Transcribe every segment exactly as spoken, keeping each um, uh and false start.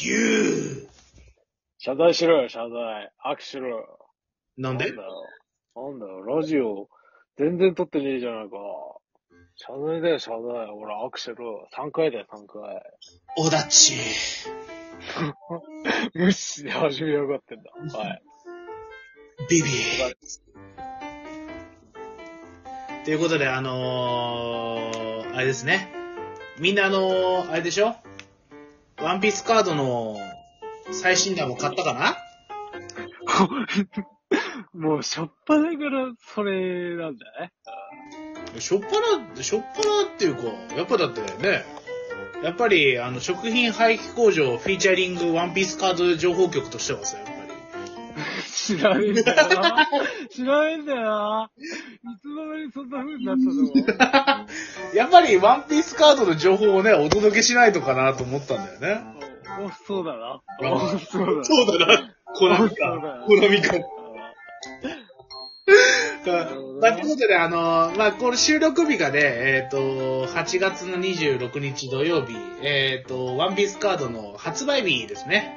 you! 謝罪しろよ、謝罪。握手しろよ。 なんでなんだよ。なんだよ、ラジオ、全然撮ってねえじゃないか。謝罪だよ、謝罪。ほら、握手しろよ。さんかいだよ、さんかい。 おだち。 無視で始めやがってんだ。はい。 ビビー。ということで、あのー、あれですね。みんなあのー、あれでしょ？ワンピースカードの最新弾も買ったかな？ もう、しょっぱなからそれなんじゃない？ しょっぱな、しょっぱなっていうか、やっぱだってね、やっぱりあの食品廃棄工場フィーチャリングワンピースカード情報局としてはさ、やっぱり。 知らねえんだよな。知らねえんだよな。いつの間にそんな風になったの？ やっぱりワンピースカードの情報をね、お届けしないとかなと思ったんだよね。 お、おそうだな。お、そうだな。 そうだな。コナミか。コナミか。まあ、ということで、あの、まあ、これ収録日がね、えっと、はちがつのにじゅうろくにち土曜日、えっと、ワンピースカードの発売日ですね。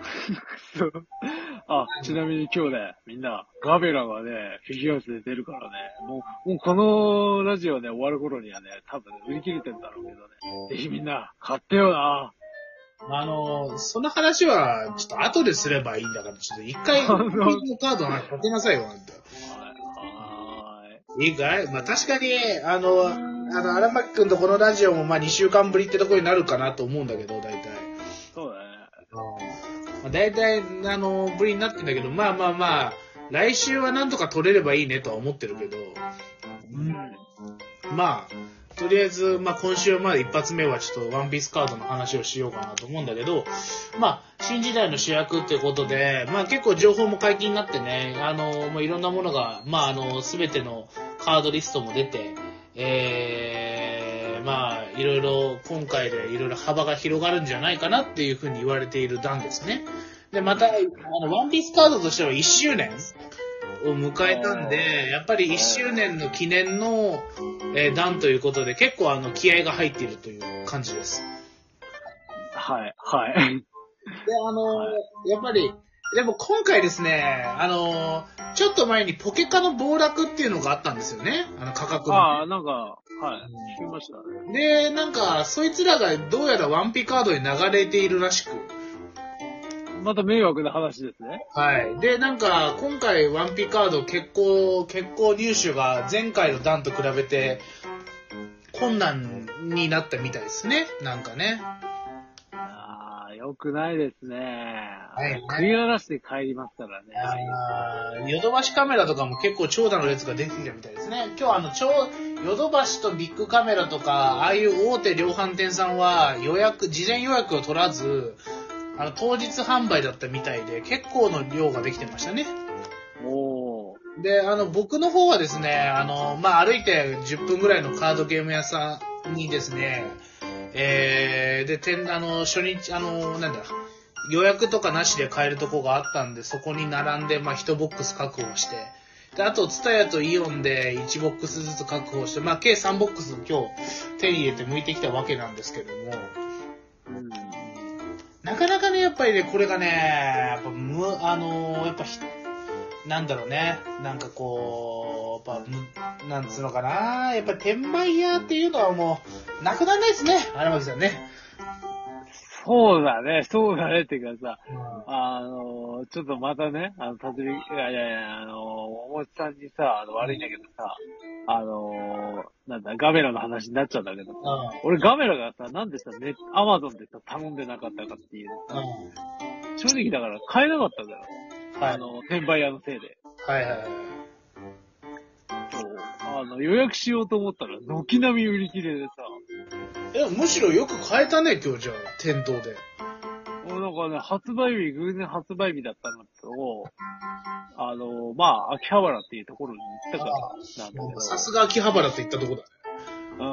あ、ちなみに今日ね、みんな、ガベラがね、フィギュアスで出るからね、もう、もうこのラジオね、終わる頃にはね、多分売り切れてんだろうけどね、ぜひみんな、買ってよな。 あの、その話は、ちょっと後ですればいいんだから、ちょっと一回、ワンピースのカードなんかかけなさいよ、なんて。 はい。 いいかい？まあ、確かに、あの、あの、荒牧くんとこのラジオも、まあ、にしゅうかんぶりってとこになるかなと思うんだけど、大体。 そうだね。 まあ、大体、あの、ぶりになってんだけど、まあまあまあ、来週はなんとか取れればいいねとは思ってるけど、 うん。 まあ、とりあえず、まあ今週はまだ一発目はちょっとワンピースカードの話をしようかなと思うんだけど、まあ、新時代の主役ってことで、まあ結構情報も解禁になってね、あの、まあいろんなものが、まああの、すべてのカードリストも出て、えー、まあいろいろ今回でいろいろ幅が広がるんじゃないかなっていうふうに言われている段ですね。で、また、あの、ワンピースカードとしてはいっしゅうねんを迎えたんで、やっぱりいっしゅうねんの記念の、えー、段ということで、結構あの、気合が入っているという感じです。 はい、はい。 で、あのーはい、やっぱり、でも今回ですね、あのー、ちょっと前にポケカの暴落っていうのがあったんですよね。あの価格の。 ああ、なんか、はい、聞きましたね。 で、なんか、そいつらがどうやらワンピカードに流れているらしく。 また迷惑な話ですね。 はい。で、なんか、今回ワンピカード結構、結構入手が前回の段と比べて困難になったみたいですね。なんかね。 ああ、よくないですね。 はい、ね。 食い荒らして帰りますからね。 ああ、ヨドバシカメラとかも結構長蛇の列が出てきたみたいですね。今日あの、超、ヨドバシとビッグカメラとか、ああいう大手量販店さんは予約、事前予約を取らず、あの、当日販売だったみたいで、結構の量ができてましたね。 おー。 で、あの、僕の方はですね、あの、まあ、歩いてじゅっぷんぐらいのカードゲーム屋さんにですね、えー、で、てん、あの、初日、あの、なんだ、予約とかなしで買えるとこがあったんで、そこに並んで、まあ、いちボックス確保して、で、あと、ツタヤとイオンでいちボックスずつ確保して、まあ、計さんボックス今日手に入れて剥いてきたわけなんですけども、 うん、 なかなかね、やっぱりね、これがね、やっぱ、む、あのー、やっぱひ、なんだろうね、なんかこう、やっぱ、む、なんつうのかな、やっぱ転売屋っていうのはもう、なくならないですね、荒牧さんね。 そうだね、そうだねっていうかさ、 うん、 あの、ちょっとまたね、あの、たずみ、いやいやいや、あの、おもちさんにさ、あの、悪いんだけどさ、あの、なんだ、ガメラの話になっちゃうんだけどさ、 うん、 俺ガメラがさ、なんでさ、ね、アマゾンでさ、頼んでなかったかっていうさ、 うん、 正直だから買えなかったんだよ。 はい、 あの、転売屋のせいで。 はいはいはい。 そう。あの、予約しようと思ったら、軒並み売り切れでさ。 え、むしろよく買えたね、今日じゃあ、店頭で。 なんかね、発売日、偶然発売日だったんだけど、あの、まあ、秋葉原っていうところに行ったからなんだけど。 さすが秋葉原って言ったとこだね。 うん。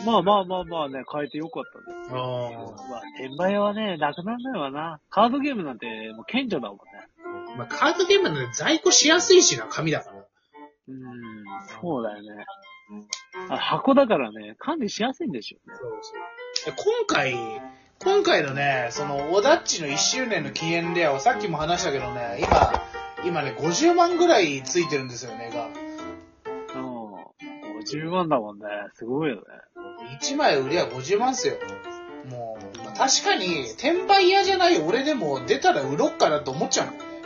まあまあまあまあね、買えてよかったね。 ああ。 まあ、転売屋はね、なくならないわな。カードゲームなんてもう顕著だもんね。 まあ、カードゲームなんで在庫しやすいしな、紙だから。 うん、そうだよね。あ、箱だからね、管理しやすいんでしょうね。 そうそう。今回、 今回のね、その、オダッチのいっしゅうねんの記念レアはさっきも話したけどね、今、今ね、ごじゅうまんぐらいついてるんですよね、が。 うん。ごじゅうまんだもんね。すごいよね。 いちまい売りはごじゅうまんっすよ。もう、まあ、確かに、転売屋じゃない俺でも出たら売ろっかなと思っちゃうんだよね。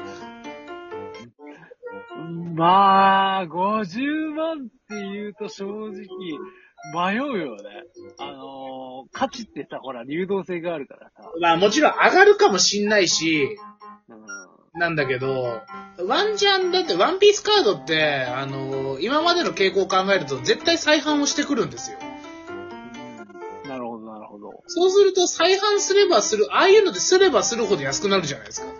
まあ、ごじゅうまんって言うと正直、迷うよね。あのー、価値ってさ、ほら、流動性があるからさ。 まあもちろん上がるかもしんないし、 うん、 なんだけど、ワンチャンだってワンピースカードって、あのー、今までの傾向を考えると絶対再販をしてくるんですよ。 うん、なるほど、なるほど。 そうすると再販すればする、ああいうのですればするほど安くなるじゃないですか。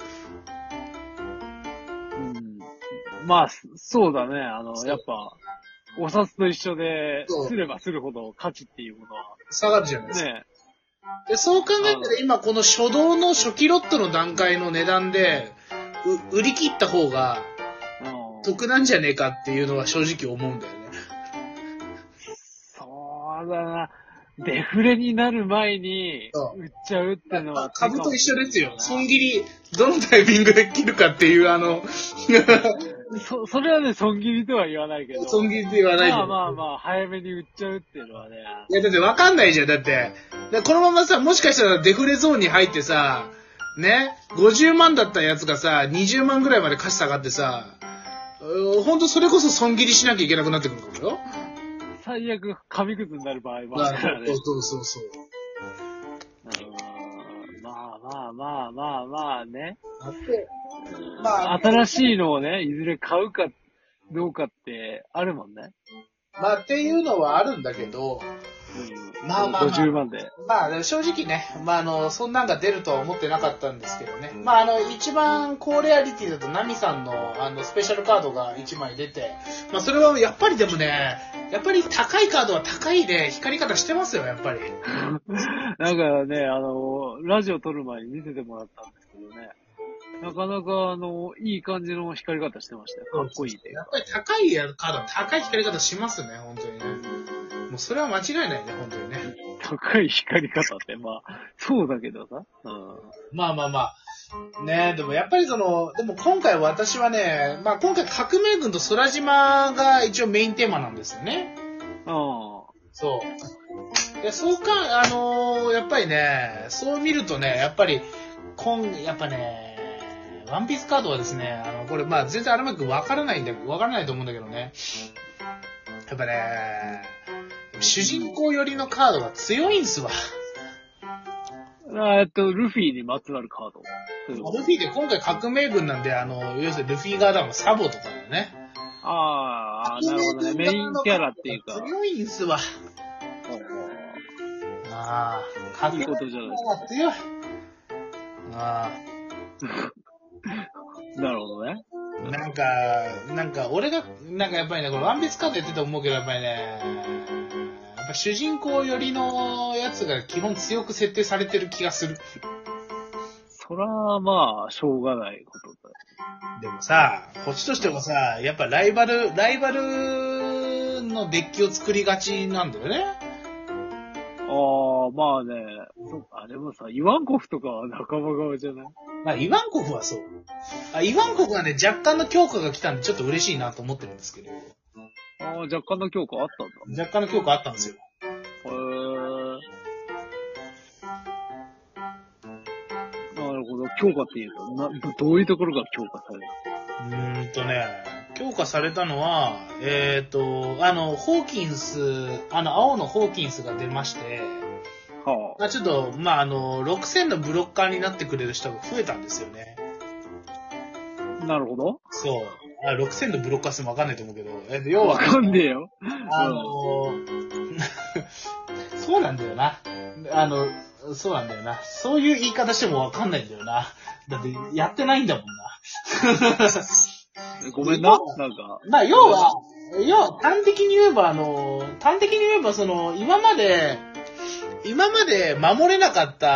うん、まあ、そうだね。あの、やっぱ、お札と一緒で、すればするほど価値っていうものは。 下がるじゃないですか。 ね。 で、そう考えたら今この初動の初期ロットの段階の値段で、売り切った方が得なんじゃねえかっていうのは正直思うんだよね。 そうだな。デフレになる前に売っちゃうってのは、 株と一緒ですよ。損切り、どのタイミングで切るかっていう、あのそ、それはね、損切りとは言わないけど。 損切りと言わないけど。 まあまあまあ、早めに売っちゃうっていうのはね。 いや、だってわかんないじゃん。だって、このままさ、もしかしたらデフレゾーンに入ってさ、ね、ごじゅうまんだったやつがさ、にじゅうまんぐらいまで価値下がってさ、ほんとそれこそ損切りしなきゃいけなくなってくるかもよ。 最悪、紙くずになる場合もあるからね。 そうそうそうそう。 まあまあまあまあまあね。 まあ、 新しいのをね、いずれ買うかどうかってあるもんね。 まあっていうのはあるんだけど、 うん、 まあまあ、まあ、 ごじゅうまんで。 まあ正直ね、まああの、そんなんが出るとは思ってなかったんですけどね。まああの、一番高レアリティだとナミさんのあの、スペシャルカードがいちまい出て、まあそれはやっぱりでもね、やっぱり高いカードは高いで光り方してますよ、やっぱり。 なんかね、あの、ラジオ撮る前に見せてもらったんですけどね。なかなか、あの、いい感じの光り方してましたよ。かっこいいで。 やっぱり高いカードは高い光り方しますね、本当にね。もうそれは間違いないね、本当にね。 高い光り方って、まあ、そうだけどさ。うん、 まあまあまあ。ねえ、でもやっぱりその、でも今回私はね、まあ今回革命軍と空島が一応メインテーマなんですよね。 ああ。 そう。で、そうか、あのー、やっぱりね、そう見るとね、やっぱり、今、やっぱね、ワンピースカードはですね、あの、これまあ全然あらまくわからないんだわからないと思うんだけどね。やっぱね、主人公寄りのカードが強いんすわ。 えっと、ルフィにまつわるカード。 ルフィって今回革命軍なんで、あの、要するにルフィ側だもサボとかだよね。 ああ、なるほどね。メインキャラっていうか。 強いんすわ。ああ、 いいことじゃないですか。 強い。ああ。なるほどね。 なんか、なんか、俺が、なんかやっぱりね、これワンピースカードやってて思うけど、やっぱりね、やっぱ主人公寄りのやつが基本強く設定されてる気がする。 そら、まあ、しょうがないことだ。 でもさ、こっちとしてもさ、やっぱライバル、ライバルのデッキを作りがちなんだよね。 ああ、まあね、そっか、でもさ、イワンコフとかは仲間側じゃない？ まあ、イワンコフはそう。あ、イワンコフはね、若干の強化が来たんで、ちょっと嬉しいなと思ってるんですけど。 ああ、若干の強化あったんだ。 若干の強化あったんですよ。 へー。なるほど。強化って言うと、な、どういうところが強化される？ うーんとね、強化されたのは、えっと、あの、ホーキンス、あの、青のホーキンスが出まして、 はあ、ちょっと、まあ、あの、ろくせんのブロッカーになってくれる人が増えたんですよね。 あ。なるほど。 そう。あ、ろくせんのブロッカーってわかんないと思うけど、えっと、要は、 わかんねえよ。 あの、そうなんだよな。あの、そうなんだよな。そういう言い方してもわかんないんだよな。だって、やってないんだもんな。 ごめんな。なんか。 まあ、要は、要は、端的に言えば、あの、端的に言えば、その、今まで、今まで守れなかった、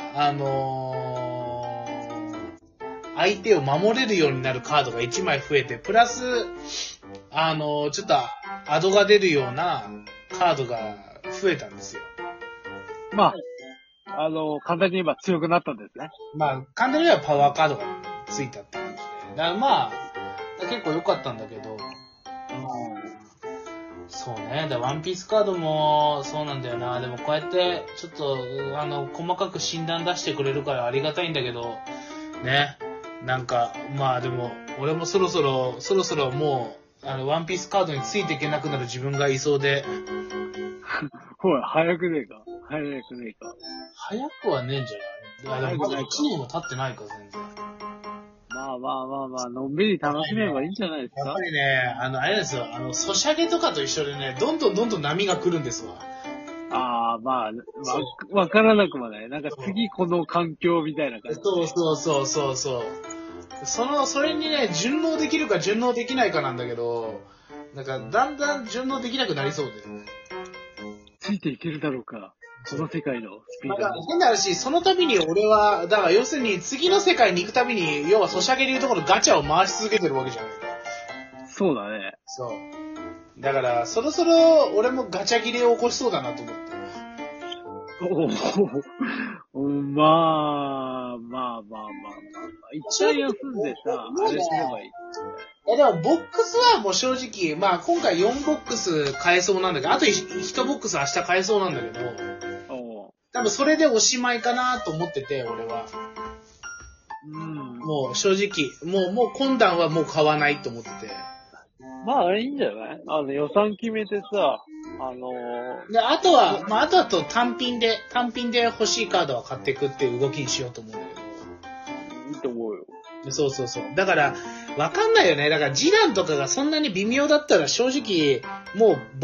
あのー、相手を守れるようになるカードがいちまい増えて、プラス、あのー、ちょっと、アドが出るようなカードが増えたんですよ。 まあ、 あの、簡単に言えば強くなったんですね。 まあ、簡単に言えばパワーカードがついたって感じで。だからまあ、結構良かったんだけど、そうね。だワンピースカードもそうなんだよな。でもこうやってちょっとあの細かく診断出してくれるからありがたいんだけど、ね。なんかまあでも俺もそろそろそろそろもうあのワンピースカードについていけなくなる自分がいそうで。 ほら、早くねえか。早くねえか。 早くはねえんじゃない？あでもまだいちねんも経ってないか全然。 まあまあまあまあ、のんびり楽しめばいいんじゃないですか。 やっぱりね、あの、あれですよ、あの、ソシャゲとかと一緒でね、どんどんどんどん波が来るんですわ。 ああ、まあ、わ、わからなくもない。なんか次この環境みたいな感じ。 そうそうそうそうそう。その、それにね、順応できるか順応できないかなんだけど、なんか、だんだん順応できなくなりそうで。 ついていけるだろうか。この世界のスピード。 なんか、変な話、その度に俺は、だから要するに次の世界に行くたびに、要はソシャゲでいうところのガチャを回し続けてるわけじゃないか。 そうだね。 そう。だから、そろそろ俺もガチャ切れを起こしそうだなと思って。 おお、まあ、まあまあまあまあ。一旦休んでさ、あれすればいい。 いやでもボックスはもう正直、まあ今回よんボックス買えそうなんだけど、あといちボックス明日買えそうなんだけど、多分それでおしまいかなと思ってて、俺は。うん。もう正直、もう、もう今段はもう買わないと思ってて。 まあいいんじゃない？あの予算決めてさ、あのー、 で、あとは、まああとはと単品で、単品で欲しいカードは買っていくっていう動きにしようと思うんだけど。 いいと思うよ。 そうそうそう。だから、わかんないよね。だから、示談とかがそんなに微妙だったら正直、もう、